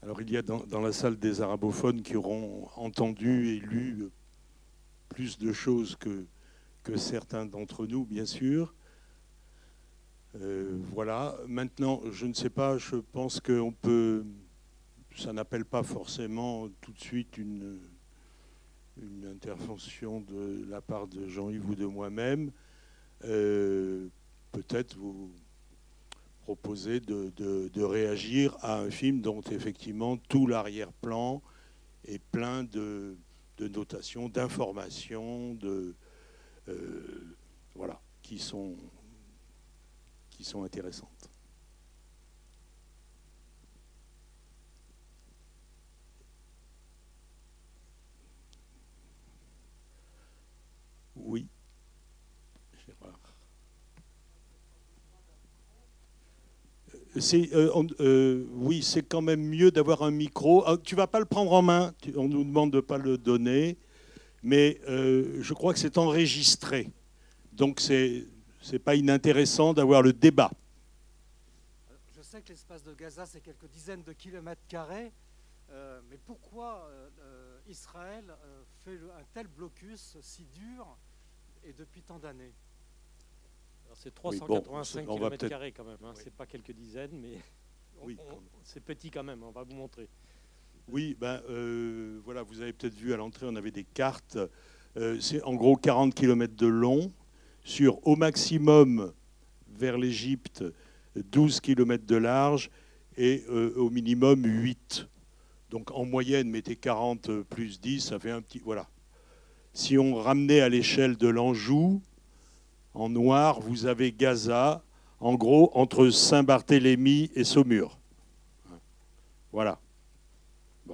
Alors, il y a dans la salle des arabophones qui auront entendu et lu plus de choses que certains d'entre nous, bien sûr. Voilà. Maintenant, je ne sais pas, je pense qu'on peut. Ça n'appelle pas forcément tout de suite une intervention de la part de Jean-Yves ou de moi-même. Peut-être vous proposer de réagir à un film dont effectivement tout l'arrière-plan est plein de notations, d'informations, voilà, qui sont intéressantes. Oui, Gérard. Oui, c'est quand même mieux d'avoir un micro. Ah, tu vas pas le prendre en main, on nous demande de ne pas le donner, mais je crois que c'est enregistré. Donc c'est pas inintéressant d'avoir le débat. Je sais que l'espace de Gaza, c'est quelques dizaines de kilomètres carrés, mais pourquoi Israël fait un tel blocus si dur et depuis tant d'années? C'est Oui, bon, 385 on va km peut-être. quand même. Hein. Oui. C'est pas quelques dizaines, mais Oui, c'est petit quand même. On va vous montrer. oui, ben voilà, vous avez peut-être vu à l'entrée, on avait des cartes. C'est en gros 40 km de long, sur au maximum vers l'Égypte 12 km de large et au minimum 8. Donc en moyenne, mettez 40 plus 10, ça fait un petit. Voilà. Si on ramenait à l'échelle de l'Anjou, en noir, vous avez Gaza, en gros, entre Saint-Barthélemy et Saumur. Voilà. Bon.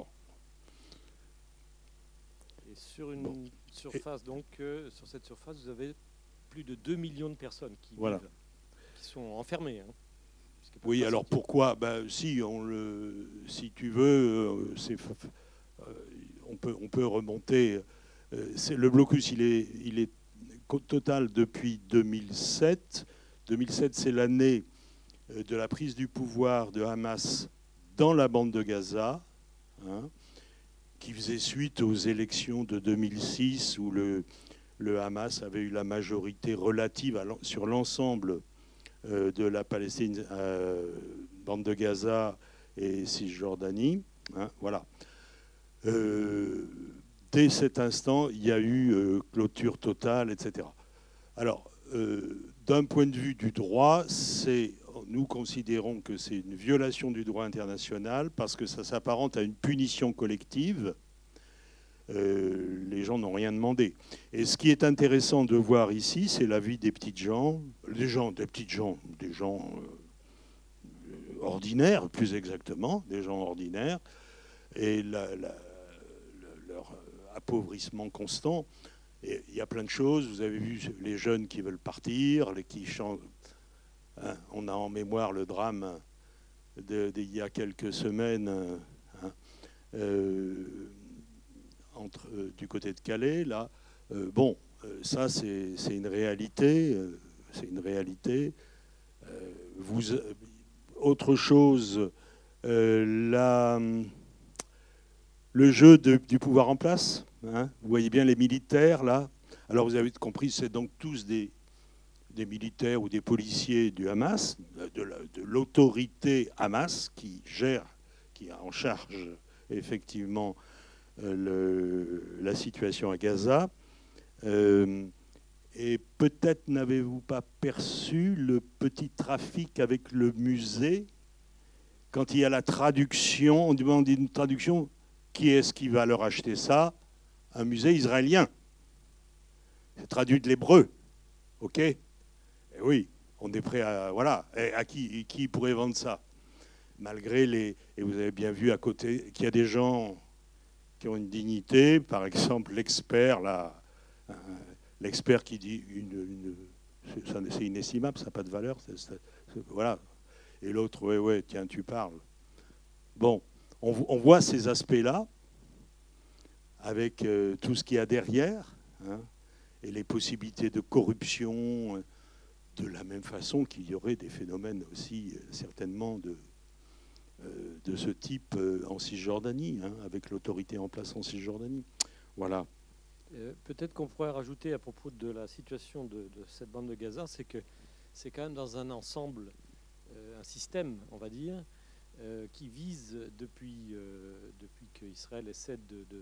Et sur Bon. une surface, donc, sur cette surface, vous avez plus de 2 millions de personnes qui Voilà. vivent, qui sont enfermées. Hein, oui, alors sortir. Pourquoi ben, si, si tu veux, on peut remonter. Le blocus, il est total depuis 2007. 2007, c'est l'année de la prise du pouvoir de Hamas dans la bande de Gaza, hein, qui faisait suite aux élections de 2006 où le Hamas avait eu la majorité relative sur l'ensemble de la Palestine, bande de Gaza et Cisjordanie. Hein, voilà. Dès cet instant, il y a eu clôture totale, etc. Alors, d'un point de vue du droit, nous considérons que c'est une violation du droit international parce que ça s'apparente à une punition collective. Les gens n'ont rien demandé. Et ce qui est intéressant de voir ici, c'est la vie des petites gens, des gens ordinaires, plus exactement, des gens ordinaires, et leur appauvrissement constant. Et il y a plein de choses. Vous avez vu les jeunes qui veulent partir, qui chantent. Hein, on a en mémoire le drame d'il y a quelques semaines. Hein, du côté de Calais, là, ça c'est une réalité, c'est une réalité. Autre chose, le jeu du pouvoir en place. Hein, vous voyez bien les militaires là. Alors vous avez compris, c'est donc tous des militaires ou des policiers du Hamas, de l'autorité Hamas qui a en charge effectivement la situation à Gaza. Et peut-être n'avez-vous pas perçu le petit trafic avec le musée. Quand il y a la traduction, on demande une traduction, qui est-ce qui va leur acheter ça? Un musée israélien. C'est traduit de l'hébreu. OK? Et oui, on est prêt à... Voilà. Et à qui pourrait vendre ça? Malgré les... Et vous avez bien vu à côté qu'il y a des gens qui ont une dignité, par exemple l'expert, là, l'expert qui dit c'est inestimable, ça n'a pas de valeur, voilà. Et l'autre, ouais, tiens, tu parles. Bon, on voit ces aspects-là, avec tout ce qu'il y a derrière, hein, et les possibilités de corruption, de la même façon qu'il y aurait des phénomènes aussi certainement de ce type en Cisjordanie, hein, avec l'autorité en place en Cisjordanie. Voilà. Peut-être qu'on pourrait rajouter à propos de la situation de cette bande de Gaza, c'est que c'est quand même dans un ensemble, un système, on va dire, qui vise depuis qu'Israël essaie de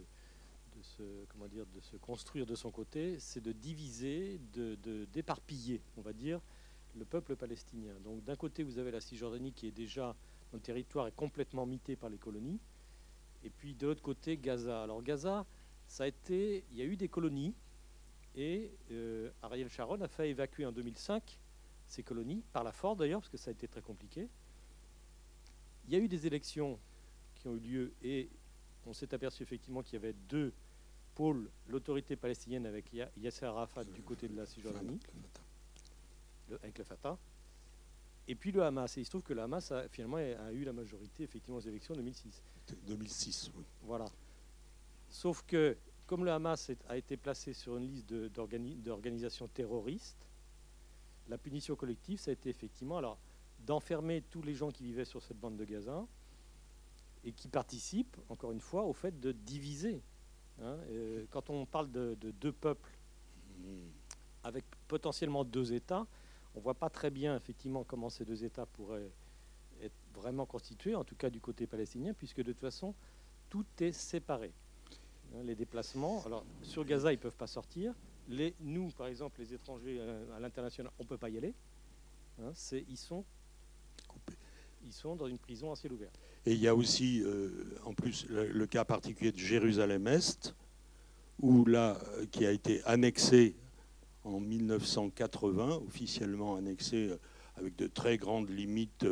se construire de son côté, c'est de diviser, d'éparpiller, on va dire, le peuple palestinien. Donc d'un côté, vous avez la Cisjordanie qui est déjà, dont le territoire est complètement mité par les colonies, et puis de l'autre côté, Gaza. Alors Gaza, il y a eu des colonies, et Ariel Sharon a fait évacuer en 2005 ces colonies, par la force d'ailleurs, parce que ça a été très compliqué. Il y a eu des élections qui ont eu lieu, et on s'est aperçu effectivement qu'il y avait deux pôles, l'autorité palestinienne avec Yasser Arafat du côté de la Cisjordanie, avec le Fatah, et puis le Hamas. Et il se trouve que le Hamas finalement a eu la majorité effectivement aux élections 2006. 2006, oui. Voilà. Sauf que, comme le Hamas a été placé sur une liste d'organisations terroristes, la punition collective, ça a été effectivement d'enfermer tous les gens qui vivaient sur cette bande de Gaza et qui participent, encore une fois, au fait de diviser. Hein. Quand on parle de deux peuples avec potentiellement deux États, on ne voit pas très bien effectivement comment ces deux États pourraient être vraiment constitués, en tout cas du côté palestinien, puisque de toute façon, tout est séparé. Les déplacements, alors sur Gaza, ils ne peuvent pas sortir. Nous, par exemple, les étrangers à l'international, on ne peut pas y aller. Hein, ils sont dans une prison à ciel ouvert. Et il y a aussi, en plus, le cas particulier de Jérusalem-Est, où là, qui a été annexé en 1980, officiellement annexé avec de très grandes limites,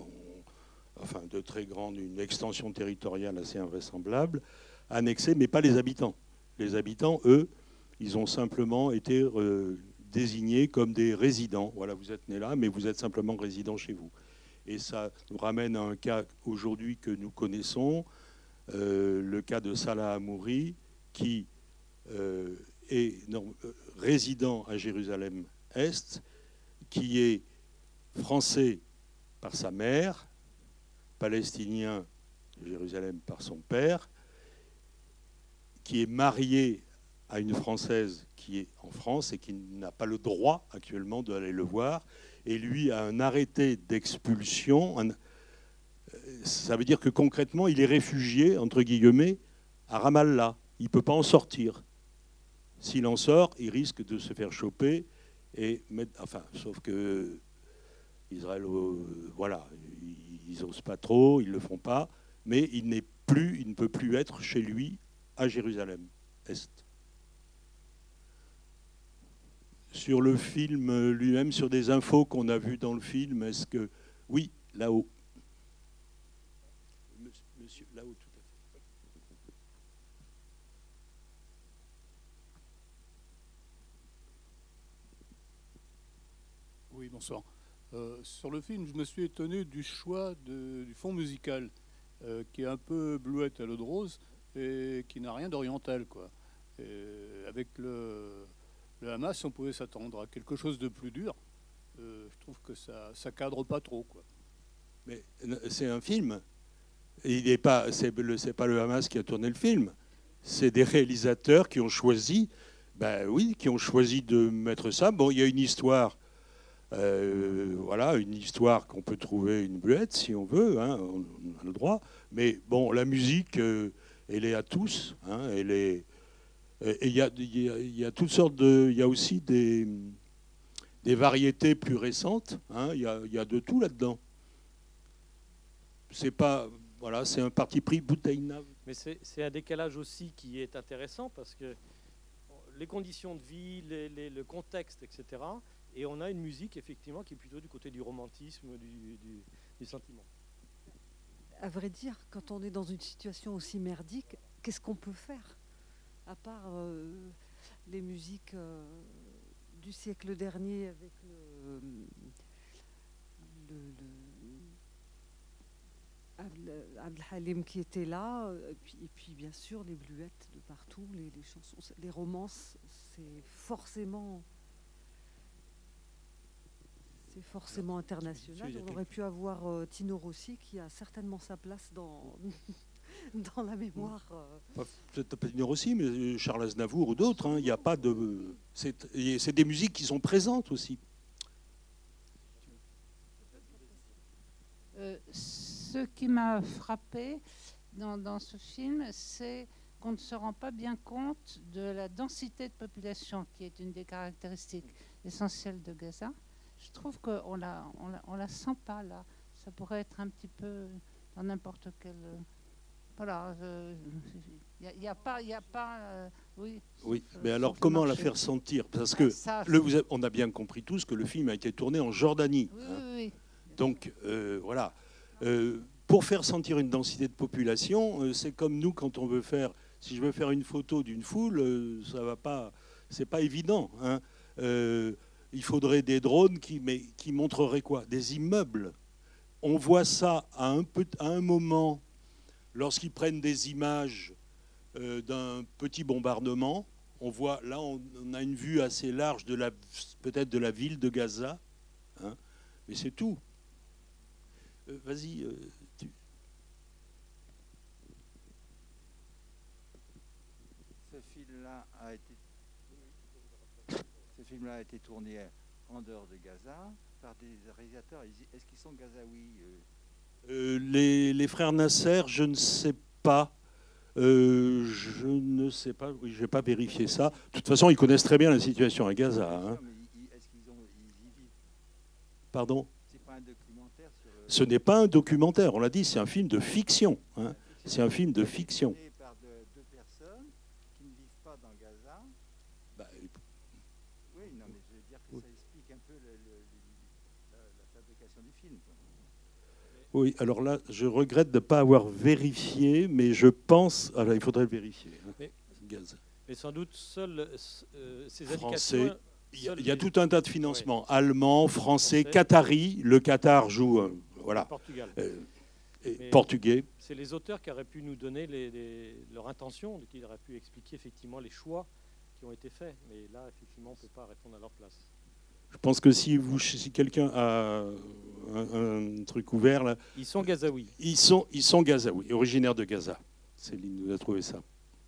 une extension territoriale assez invraisemblable, annexé, mais pas les habitants. Les habitants, eux, ils ont simplement été désignés comme des résidents. Voilà, vous êtes nés là, mais vous êtes simplement résidents chez vous. Et ça nous ramène à un cas aujourd'hui que nous connaissons, le cas de Salah Hamouri, qui est résident à Jérusalem-Est, qui est français par sa mère, palestinien de Jérusalem par son père, qui est marié à une Française qui est en France et qui n'a pas le droit actuellement d'aller le voir. Et lui a un arrêté d'expulsion. Ça veut dire que concrètement, il est réfugié, entre guillemets, à Ramallah. Il ne peut pas en sortir. S'il en sort, il risque de se faire choper et mettre... Enfin, sauf que Israël, voilà, ils n'osent pas trop, ils ne le font pas, mais il ne peut plus être chez lui à Jérusalem-Est. Sur le film lui-même, sur des infos qu'on a vues dans le film, est-ce que... Oui, là-haut. Monsieur, là-haut, tout à fait. Oui, bonsoir. Sur le film, je me suis étonné du choix du fond musical, qui est un peu bluette à l'eau de rose et qui n'a rien d'oriental, quoi. Avec le Hamas, on pouvait s'attendre à quelque chose de plus dur. Je trouve que ça cadre pas trop, quoi. Mais c'est un film. C'est pas le Hamas qui a tourné le film. C'est des réalisateurs qui ont choisi, qui ont choisi de mettre ça. Bon, il y a une histoire, une histoire qu'on peut trouver une bluette si on veut, hein, on a le droit. Mais bon, la musique, elle est à tous. Hein, elle est. Et il y a toutes sortes de. Il y a aussi des variétés plus récentes. Hein, il y a de tout là-dedans. C'est pas. Voilà, c'est un parti pris Boutaïna. Mais c'est un décalage aussi qui est intéressant parce que les conditions de vie, le contexte, etc. Et on a une musique effectivement qui est plutôt du côté du romantisme, du sentiment. À vrai dire, quand on est dans une situation aussi merdique, qu'est-ce qu'on peut faire à part les musiques du siècle dernier avec Abd Halim qui était là, et puis bien sûr les bluettes de partout, les chansons, les romances, c'est forcément c'est forcément international. On aurait pu avoir Tino Rossi qui a certainement sa place dans, dans la mémoire. Peut-être pas Tino Rossi, mais Charles Aznavour ou d'autres. Hein. Il n'y a pas de. C'est des musiques qui sont présentes aussi. Ce qui m'a frappé dans ce film, c'est qu'on ne se rend pas bien compte de la densité de population qui est une des caractéristiques essentielles de Gaza. Je trouve qu'on la sent pas là. Ça pourrait être un petit peu dans n'importe quel... Voilà. Il n'y a pas... oui, mais alors comment la faire sentir? Parce que on a bien compris tous que le film a été tourné en Jordanie. Oui, hein. oui. Donc, voilà. Pour faire sentir une densité de population, c'est comme nous quand on veut faire... Si je veux faire une photo d'une foule, ça va pas... C'est pas évident. Hein. Il faudrait des drones qui montreraient quoi? Des immeubles. On voit ça à un moment, lorsqu'ils prennent des images d'un petit bombardement. On voit, là, on a une vue assez large peut-être de la ville de Gaza. Hein. Mais c'est tout. Vas-y. Ce film-là a été tourné en dehors de Gaza par des réalisateurs. Est-ce qu'ils sont gazaouis? Les frères Nasser, je ne sais pas. Je ne sais pas. Oui, je n'ai pas vérifié ça. De toute façon, ils connaissent très bien la situation à Gaza. Hein. Est-ce qu'ils y vivent? Pardon? C'est pas un documentaire sur... Ce n'est pas un documentaire. On l'a dit, c'est un film de fiction. Hein. C'est un film de fiction. Par deux personnes qui ne vivent pas dans Gaza. Bah, oui, non, mais je veux dire que ça explique un peu la fabrication du film. Quoi. Oui, alors là, je regrette de ne pas avoir vérifié, mais je pense... Alors, il faudrait le vérifier. Hein. Mais sans doute, seuls ces Français. indications... Il y a tout un tas de financements. Ouais. Allemands, français, Français. Qataris. Le Qatar joue... voilà. Portugal. Portugais. C'est les auteurs qui auraient pu nous donner leur intention, qui auraient pu expliquer effectivement les choix qui ont été faits. Mais là, effectivement, on ne peut pas répondre à leur place. Je pense que si quelqu'un a un truc ouvert là, ils sont gazaouis. Ils sont gazaouis, originaires de Gaza. Céline nous a trouvé ça.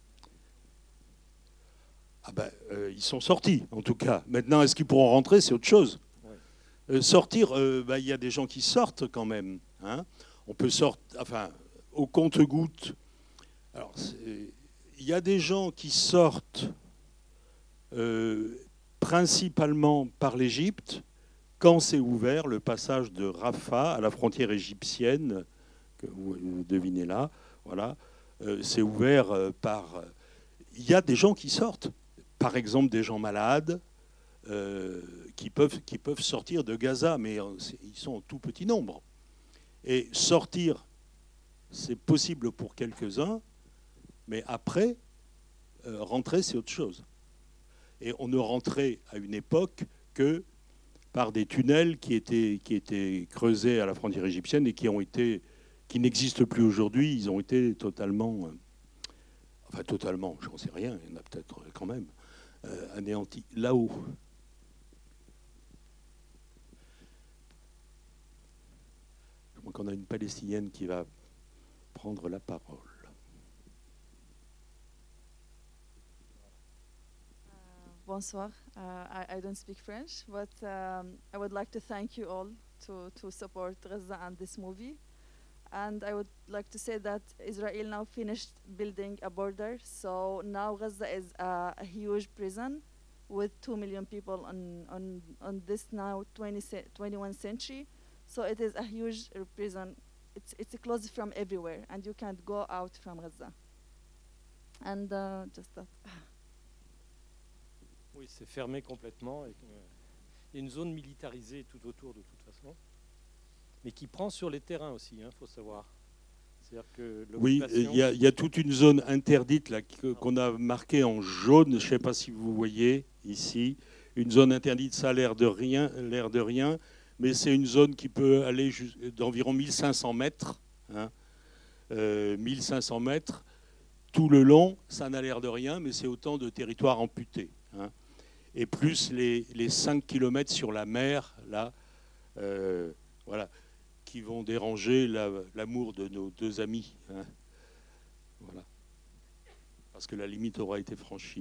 Ah ben, ils sont sortis en tout cas. Maintenant, est-ce qu'ils pourront rentrer, c'est autre chose. Ouais. Sortir, il y a des gens qui sortent quand même. Hein. On peut sortir, enfin, au compte-gouttes. Alors, il y a des gens qui sortent. Principalement par l'Égypte, quand c'est ouvert, le passage de Rafah à la frontière égyptienne, que vous devinez là, voilà, c'est ouvert par... Il y a des gens qui sortent, par exemple des gens malades, qui peuvent sortir de Gaza, mais ils sont en tout petit nombre. Et sortir, c'est possible pour quelques-uns, mais après, rentrer, c'est autre chose. Et on ne rentrait à une époque que par des tunnels qui étaient creusés à la frontière égyptienne et qui n'existent plus aujourd'hui. Ils ont été totalement, j'en sais rien, il y en a peut-être quand même, anéantis. Là-haut. Je crois qu'on a une Palestinienne qui va prendre la parole. Bonsoir. I don't speak French, but I would like to thank you all to support Gaza and this movie. And I would like to say that Israel now finished building a border, so now Gaza is a huge prison with 2 million people on this now 21st century. So it is a huge prison. It's closed from everywhere, and you can't go out from Gaza. And just that. Oui, c'est fermé complètement. Il y a une zone militarisée tout autour de toute façon, mais qui prend sur les terrains aussi, il faut savoir. C'est-à-dire que oui, il y a toute une zone interdite là, qu'on a marquée en jaune, je ne sais pas si vous voyez ici, une zone interdite, ça a l'air de rien, mais c'est une zone qui peut aller d'environ 1500 mètres, hein, 1500 mètres, tout le long, ça n'a l'air de rien, mais c'est autant de territoires amputés. Hein. Et plus les 5 km sur la mer, là, voilà, qui vont déranger l'amour de nos deux amis. Hein. Voilà. Parce que la limite aura été franchie.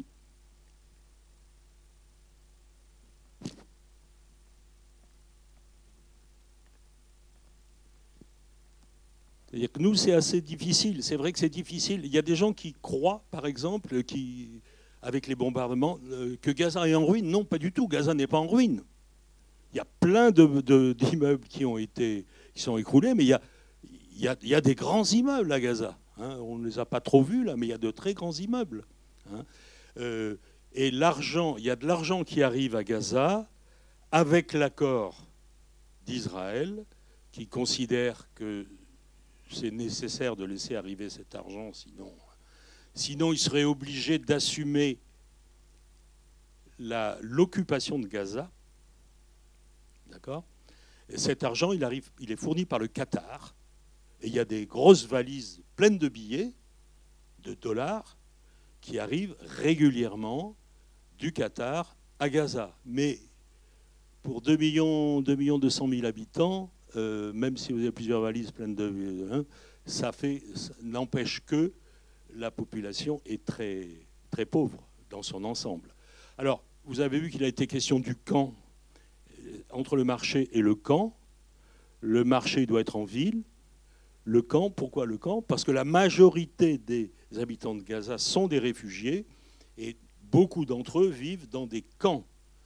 C'est-à-dire que nous, c'est assez difficile. C'est vrai que c'est difficile. Il y a des gens qui croient, par exemple, avec les bombardements, que Gaza est en ruine. Non, pas du tout. Gaza n'est pas en ruine. Il y a plein d'immeubles qui sont écroulés, mais il y a des grands immeubles à Gaza. Hein. On ne les a pas trop vus, là, mais il y a de très grands immeubles. Hein. Et l'argent, il y a de l'argent qui arrive à Gaza avec l'accord d'Israël, qui considère que c'est nécessaire de laisser arriver cet argent, sinon il serait obligé d'assumer l'occupation de Gaza. D'accord ? Et cet argent, il est fourni par le Qatar. Et il y a des grosses valises pleines de billets, de dollars, qui arrivent régulièrement du Qatar à Gaza. Mais pour 2 200 000 habitants, même si vous avez plusieurs valises pleines ça n'empêche que la population est très, très pauvre dans son ensemble. Alors, vous avez vu qu'il a été question du camp, entre le marché et le camp. Le marché doit être en ville. Le camp, pourquoi le camp ? Parce que la majorité des habitants de Gaza sont des réfugiés et beaucoup d'entre eux vivent dans des camps,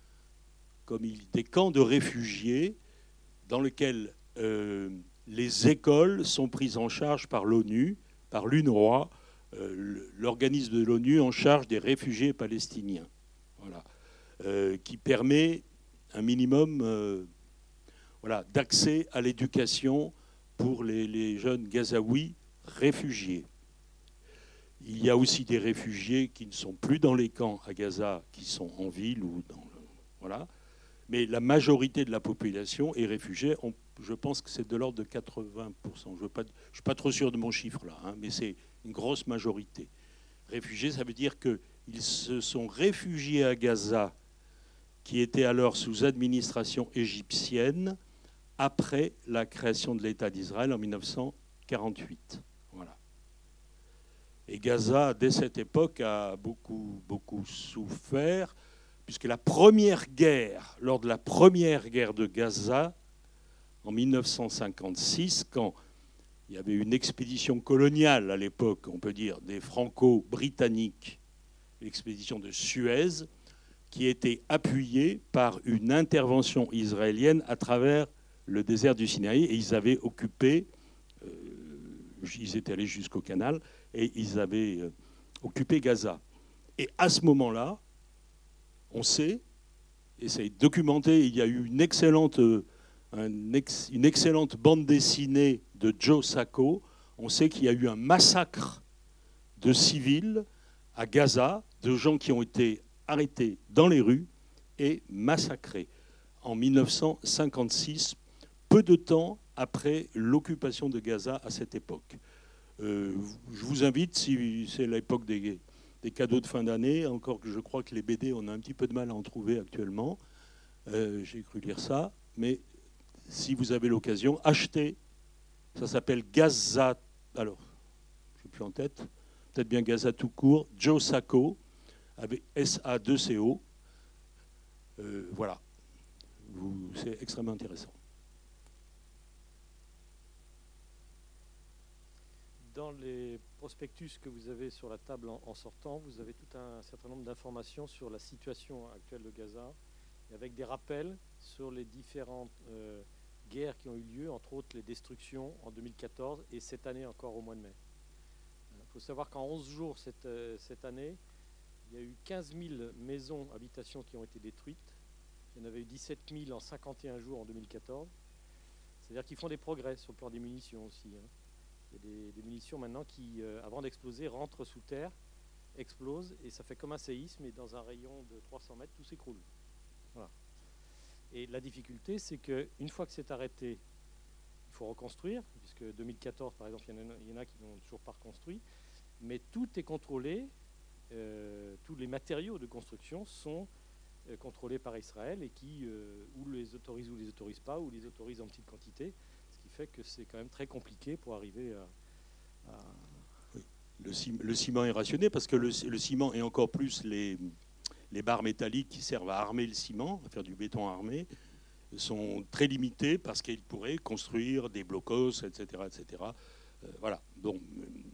des camps de réfugiés dans lesquels les écoles sont prises en charge par l'ONU, par l'UNRWA, l'organisme de l'ONU en charge des réfugiés palestiniens. Voilà. Qui permet un minimum d'accès à l'éducation pour les jeunes gazaouis réfugiés. Il y a aussi des réfugiés qui ne sont plus dans les camps à Gaza, qui sont en ville ou voilà. Mais la majorité de la population est réfugiée. Je pense que c'est de l'ordre de 80%. Je ne suis pas trop sûr de mon chiffre là, hein, mais c'est une grosse majorité. Réfugiés, ça veut dire qu'ils se sont réfugiés à Gaza, qui était alors sous administration égyptienne, après la création de l'État d'Israël en 1948. Voilà. Et Gaza, dès cette époque, a beaucoup, beaucoup souffert, puisque lors de la première guerre de Gaza, en 1956, quand il y avait une expédition coloniale à l'époque, on peut dire, des Franco-Britanniques, l'expédition de Suez, qui était appuyée par une intervention israélienne à travers le désert du Sinaï, et ils avaient occupé, ils étaient allés jusqu'au canal, et ils avaient occupé Gaza. Et à ce moment-là, on sait, et c'est documenté, il y a eu une excellente bande dessinée de Joe Sacco, on sait qu'il y a eu un massacre de civils à Gaza, de gens qui ont été arrêtés dans les rues et massacrés en 1956, peu de temps après l'occupation de Gaza à cette époque. Je vous invite, si c'est l'époque des cadeaux de fin d'année, encore que je crois que les BD, on a un petit peu de mal à en trouver actuellement. J'ai cru lire ça, mais si vous avez l'occasion, achetez. Ça s'appelle Gaza. Alors, je n'ai plus en tête. Peut-être bien Gaza tout court. Joe Sacco, avec SA2CO. Voilà. C'est extrêmement intéressant. Dans les prospectus que vous avez sur la table en sortant, vous avez tout un certain nombre d'informations sur la situation actuelle de Gaza, avec des rappels sur les différentes guerres qui ont eu lieu, entre autres les destructions en 2014 et cette année encore au mois de mai. Il faut savoir qu'en 11 jours cette année, il y a eu 15 000 maisons, habitations qui ont été détruites. Il y en avait eu 17 000 en 51 jours en 2014. C'est-à-dire qu'ils font des progrès sur le plan des munitions aussi. Hein. Il y a des munitions maintenant qui, avant d'exploser, rentrent sous terre, explosent, et ça fait comme un séisme, et dans un rayon de 300 mètres, tout s'écroule. Voilà. Et la difficulté, c'est qu'une fois que c'est arrêté, il faut reconstruire, puisque 2014, par exemple, il y en a qui n'ont toujours pas reconstruit, mais tout est contrôlé, tous les matériaux de construction sont contrôlés par Israël et qui ou les autorisent ou les autorisent pas, ou les autorisent en petite quantité, ce qui fait que c'est quand même très compliqué pour arriver à... Oui. Le ciment est rationné parce que le ciment et encore plus les barres métalliques qui servent à armer le ciment, à faire du béton armé, sont très limités parce qu'ils pourraient construire des blocos, etc. etc. Voilà. Donc,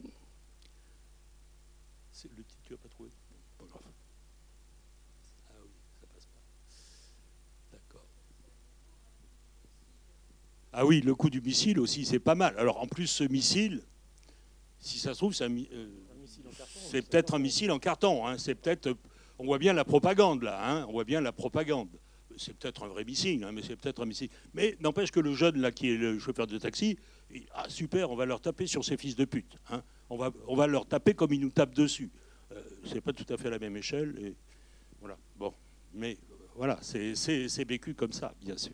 le titre, tu n'as pas trouvé? Pas grave. Ah oui, ça passe pas. D'accord. Ah oui, le coup du missile aussi, c'est pas mal. Alors en plus, ce missile, si ça se trouve, c'est peut-être un missile en carton. Hein. C'est peut-être, on voit bien la propagande là. Hein. On voit bien la propagande. C'est peut-être un vrai missile, hein, mais c'est peut-être un missile. Mais n'empêche que le jeune là, qui est le chauffeur de taxi, ah super, on va leur taper sur ces fils de pute. Hein. On va leur taper comme ils nous tapent dessus. C'est pas tout à fait à la même échelle. Et voilà. Bon, mais voilà, c'est vécu comme ça, bien sûr.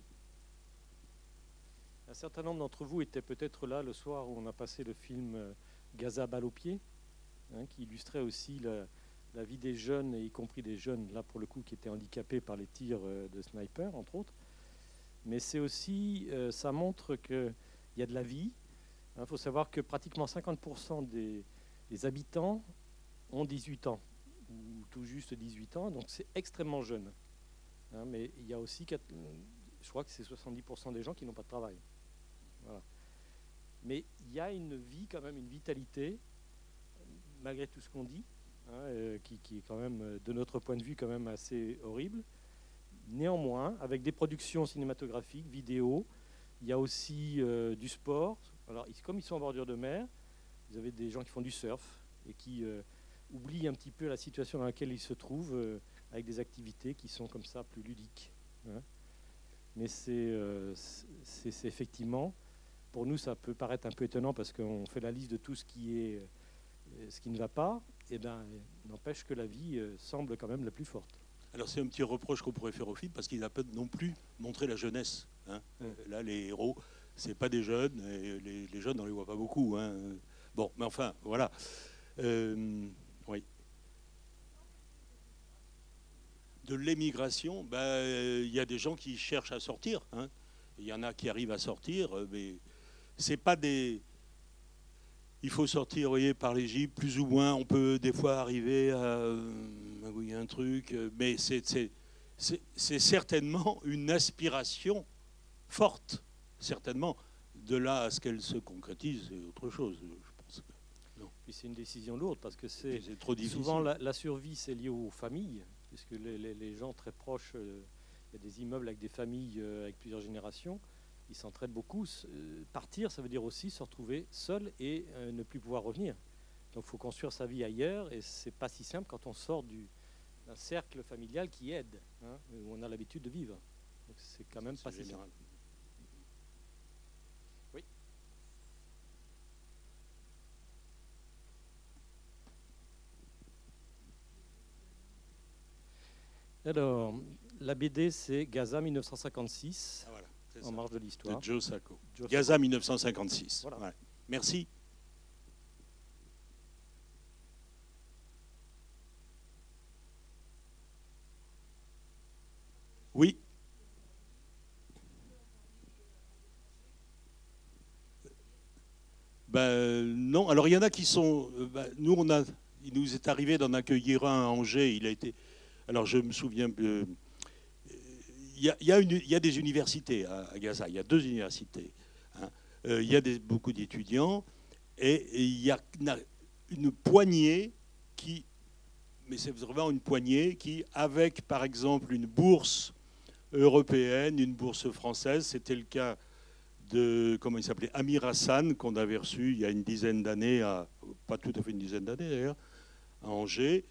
Un certain nombre d'entre vous étaient peut-être là le soir où on a passé le film Gaza balle au pied, hein, qui illustrait aussi la vie des jeunes, et y compris des jeunes, là pour le coup, qui étaient handicapés par les tirs de sniper, entre autres. Mais c'est aussi, ça montre qu'il y a de la vie. Il faut savoir que pratiquement 50% des habitants ont 18 ans, ou tout juste 18 ans, donc c'est extrêmement jeune. Hein, mais il y a aussi, je crois que c'est 70% des gens qui n'ont pas de travail. Voilà. Mais il y a une vie, quand même, une vitalité, malgré tout ce qu'on dit, hein, qui est quand même, de notre point de vue, quand même assez horrible. Néanmoins, avec des productions cinématographiques, vidéo, il y a aussi du sport. Alors, comme ils sont en bordure de mer, vous avez des gens qui font du surf et qui oublient un petit peu la situation dans laquelle ils se trouvent avec des activités qui sont comme ça plus ludiques. Hein. Mais c'est effectivement, pour nous, ça peut paraître un peu étonnant parce qu'on fait la liste de tout ce qui ne va pas. Et bien, n'empêche que la vie semble quand même la plus forte. Alors c'est un petit reproche qu'on pourrait faire au film parce qu'il n'a pas non plus montré la jeunesse. Hein. Là, les héros, c'est pas des jeunes, et les jeunes, on les voit pas beaucoup. Hein. Bon, mais enfin, voilà. Oui. De l'émigration, y a des gens qui cherchent à sortir. Hein. Il y en a qui arrivent à sortir, mais c'est pas des... Il faut sortir, vous voyez, par l'Égypte, plus ou moins. On peut des fois arriver à oui, un truc, mais c'est certainement une aspiration forte, certainement. De là à ce qu'elle se concrétise, c'est autre chose, je pense. Non. Puis c'est une décision lourde parce que c'est trop difficile. Souvent la survie, c'est lié aux familles, puisque les gens très proches, il y a des immeubles avec des familles avec plusieurs générations. Ils s'entraident beaucoup. Partir, ça veut dire aussi se retrouver seul et ne plus pouvoir revenir. Donc il faut construire sa vie ailleurs et c'est pas si simple quand on sort d'un cercle familial qui aide, hein, où on a l'habitude de vivre. Donc c'est quand même pas si simple. Oui. Alors, la BD, c'est Gaza 1956. Ah, voilà. En marge de l'histoire. De Joe Sacco. Gaza 1956. Voilà. Ouais. Merci. Oui. Non. Alors il y en a qui sont. Nous, il nous est arrivé d'en accueillir un à Angers. Il a été. Alors je me souviens. Il y a des universités à Gaza, il y a 2 universités. Hein. Il y a beaucoup d'étudiants et il y a une poignée qui, mais c'est vraiment une poignée qui, avec par exemple une bourse européenne, une bourse française, c'était le cas de, comment il s'appelait, Amir Hassan, qu'on avait reçu il y a une dizaine d'années, pas tout à fait une dizaine d'années d'ailleurs, à Angers.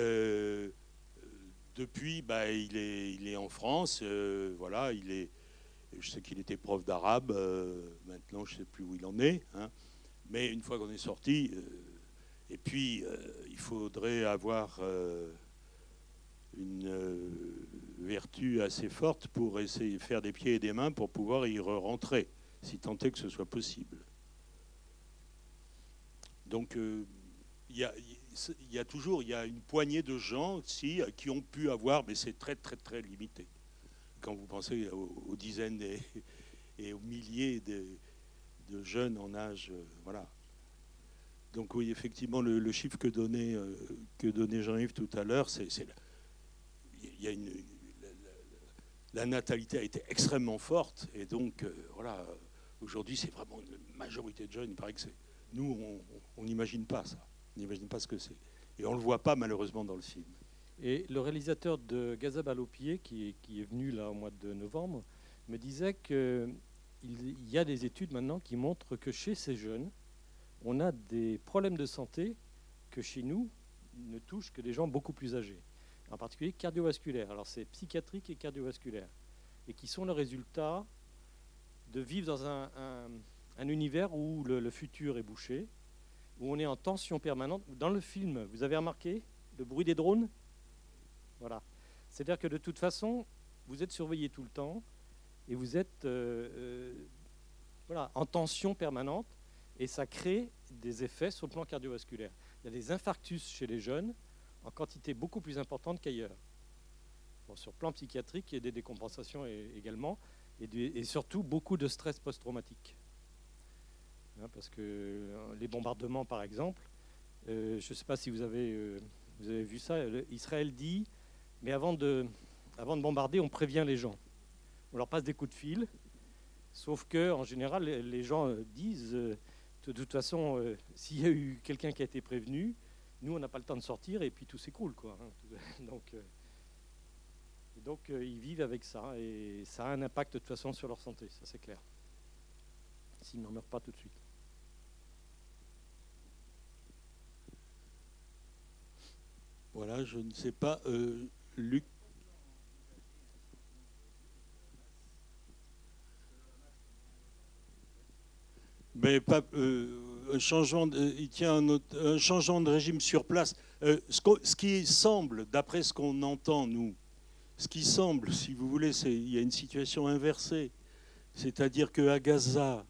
Depuis, il est en France. Voilà, je sais qu'il était prof d'arabe. Maintenant, je ne sais plus où il en est. Hein. Mais une fois qu'on est sorti, et puis il faudrait avoir une vertu assez forte pour essayer de faire des pieds et des mains pour pouvoir y rentrer, si tant est que ce soit possible. Donc, il y a toujours une poignée de gens qui ont pu avoir, mais c'est très très très limité. Quand vous pensez aux dizaines et aux milliers de jeunes en âge, voilà. Donc oui, effectivement, le chiffre que donnait Jean-Yves tout à l'heure, il y a la natalité a été extrêmement forte, et donc voilà, aujourd'hui c'est vraiment une majorité de jeunes. Il paraît que nous, on n'imagine pas ça, on n'imagine pas ce que c'est, et on le voit pas malheureusement dans le film. Et le réalisateur de Gaza Balle aux pieds, qui est venu là au mois de novembre, me disait qu'il y a des études maintenant qui montrent que chez ces jeunes, on a des problèmes de santé que chez nous ne touchent que des gens beaucoup plus âgés, en particulier cardiovasculaires. Alors c'est psychiatrique et cardiovasculaire, et qui sont le résultat de vivre dans un univers où le futur est bouché, où on est en tension permanente. Dans le film, vous avez remarqué le bruit des drones ? Voilà. C'est-à-dire que de toute façon, vous êtes surveillé tout le temps, et vous êtes en tension permanente, et ça crée des effets sur le plan cardiovasculaire. Il y a des infarctus chez les jeunes en quantité beaucoup plus importante qu'ailleurs. Bon, sur le plan psychiatrique, il y a des décompensations également, et surtout beaucoup de stress post-traumatique. Parce que les bombardements, par exemple, je ne sais pas si vous avez vu ça, Israël dit, mais avant de bombarder, on prévient les gens. On leur passe des coups de fil, sauf qu'en général, les gens disent... de toute façon, s'il y a eu quelqu'un qui a été prévenu, nous, on n'a pas le temps de sortir et puis tout s'écroule, quoi. Donc, ils vivent avec ça et ça a un impact de toute façon sur leur santé, ça c'est clair. S'ils n'en meurent pas tout de suite. Voilà, je ne sais pas, Luc. Mais pas, un changement de régime sur place. Ce qui semble, d'après ce qu'on entend, nous, ce qui semble, si vous voulez, il y a une situation inversée. C'est-à-dire qu'à Gaza,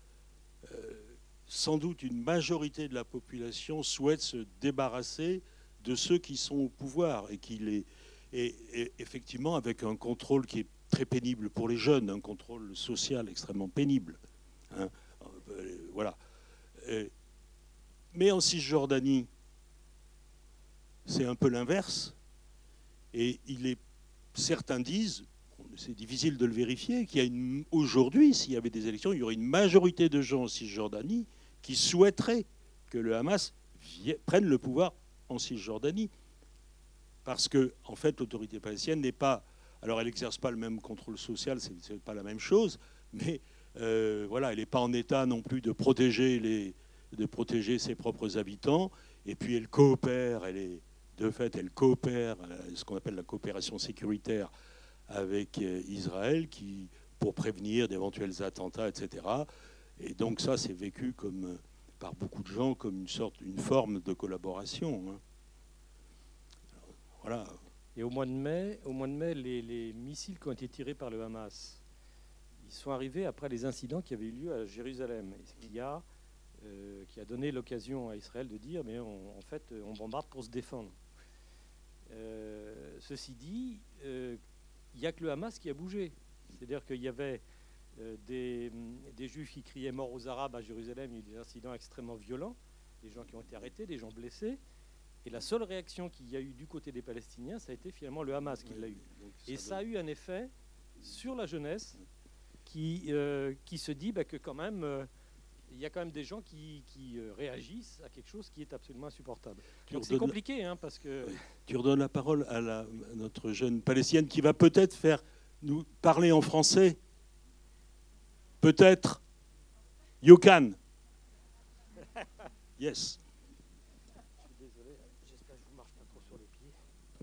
sans doute une majorité de la population souhaite se débarrasser de ceux qui sont au pouvoir et effectivement avec un contrôle qui est très pénible pour les jeunes, un contrôle social extrêmement pénible. Hein. Voilà. Mais en Cisjordanie, c'est un peu l'inverse. Et certains disent, c'est difficile de le vérifier, aujourd'hui, s'il y avait des élections, il y aurait une majorité de gens en Cisjordanie qui souhaiteraient que le Hamas prenne le pouvoir en Cisjordanie. Parce que, en fait, l'autorité palestinienne n'est pas... Alors, elle n'exerce pas le même contrôle social, c'est pas la même chose, mais... elle n'est pas en état non plus de protéger ses propres habitants. Et puis elle coopère, elle coopère, ce qu'on appelle la coopération sécuritaire avec Israël, pour prévenir d'éventuels attentats, etc. Et donc ça, c'est vécu par beaucoup de gens comme une forme de collaboration. Hein. Voilà. Et au mois de mai, les missiles qui ont été tirés par le Hamas, ils sont arrivés après les incidents qui avaient eu lieu à Jérusalem, et ce qui a donné l'occasion à Israël de dire, mais en fait, on bombarde pour se défendre. Ceci dit, il n'y a que le Hamas qui a bougé. C'est-à-dire qu'il y avait des Juifs qui criaient mort aux Arabes à Jérusalem, il y a eu des incidents extrêmement violents, des gens qui ont été arrêtés, des gens blessés. Et la seule réaction qu'il y a eu du côté des Palestiniens, ça a été finalement le Hamas qui l'a eu. Et ça a eu un effet sur la jeunesse qui se dit que quand même, il y a quand même des gens qui réagissent à quelque chose qui est absolument insupportable. Donc c'est compliqué, parce que... Tu redonnes la parole à notre jeune Palestinienne qui va peut-être nous parler en français. Peut-être. You can. Yes. Je suis désolé, j'espère que je ne vous marche pas trop sur les pieds.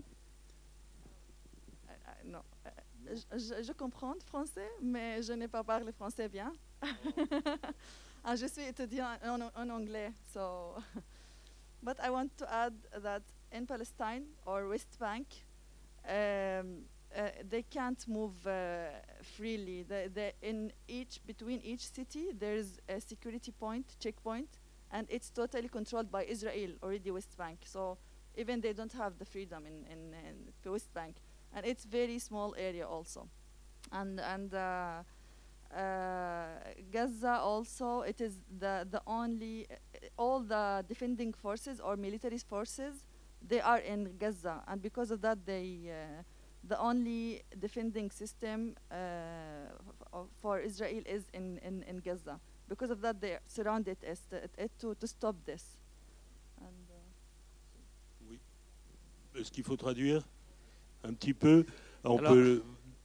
Non, je comprends le français, mais je n'ai pas parlé français bien. Je suis étudiant en anglais, so... But I want to add that in Palestine or West Bank, they can't move freely. Between each city, there is a security point, checkpoint, and it's totally controlled by Israel already, West Bank. So even they don't have the freedom in the West Bank, and it's very small area also, and Gaza also, it is the only all the defending forces or military forces, they are in Gaza, and because of that they the only defending system for Israel is in Gaza. Because of that, they surrounded it to stop this. And, oui. Est-ce qu'il faut traduire un petit peu? On Alors, peut.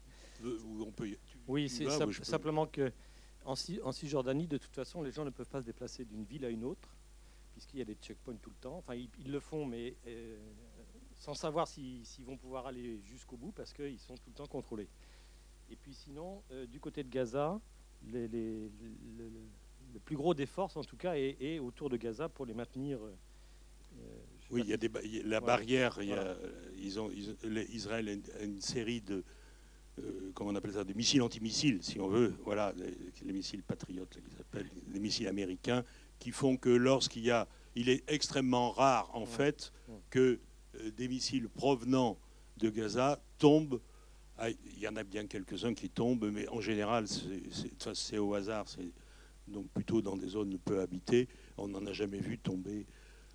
Oui, c'est simplement que en Cisjordanie, de toute façon, les gens ne peuvent pas se déplacer d'une ville à une autre, puisqu'il y a des checkpoints tout le temps. Enfin, ils le font, mais sans savoir s'ils vont pouvoir aller jusqu'au bout, parce qu'ils sont tout le temps contrôlés. Et puis sinon, du côté de Gaza, le plus gros des forces, en tout cas, est autour de Gaza pour les maintenir. Oui, il y a la barrière. Israël a une série de, comment on appelle ça, de missiles antimissiles, si on veut. Voilà, les missiles patriotes, qu'ils appellent, les missiles américains, qui font que il est extrêmement rare, en fait, que des missiles provenant de Gaza tombent. Il y en a bien quelques-uns qui tombent, mais en général, c'est au hasard. C'est donc plutôt dans des zones peu habitées. On n'en a jamais vu tomber.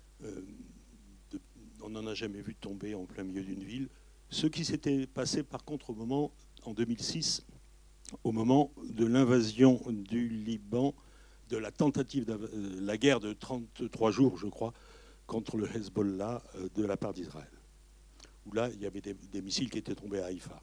On n'en a jamais vu tomber en plein milieu d'une ville. Ce qui s'était passé, par contre, en 2006, au moment de l'invasion du Liban, de la tentative de la guerre de 33 jours, je crois, contre le Hezbollah de la part d'Israël. Où là, il y avait des missiles qui étaient tombés à Haïfa.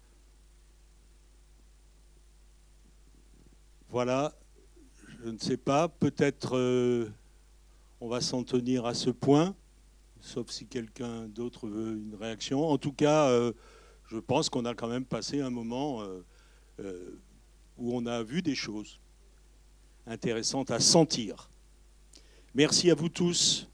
Voilà, je ne sais pas, peut-être on va s'en tenir à ce point, sauf si quelqu'un d'autre veut une réaction. En tout cas, je pense qu'on a quand même passé un moment où on a vu des choses intéressantes à sentir. Merci à vous tous.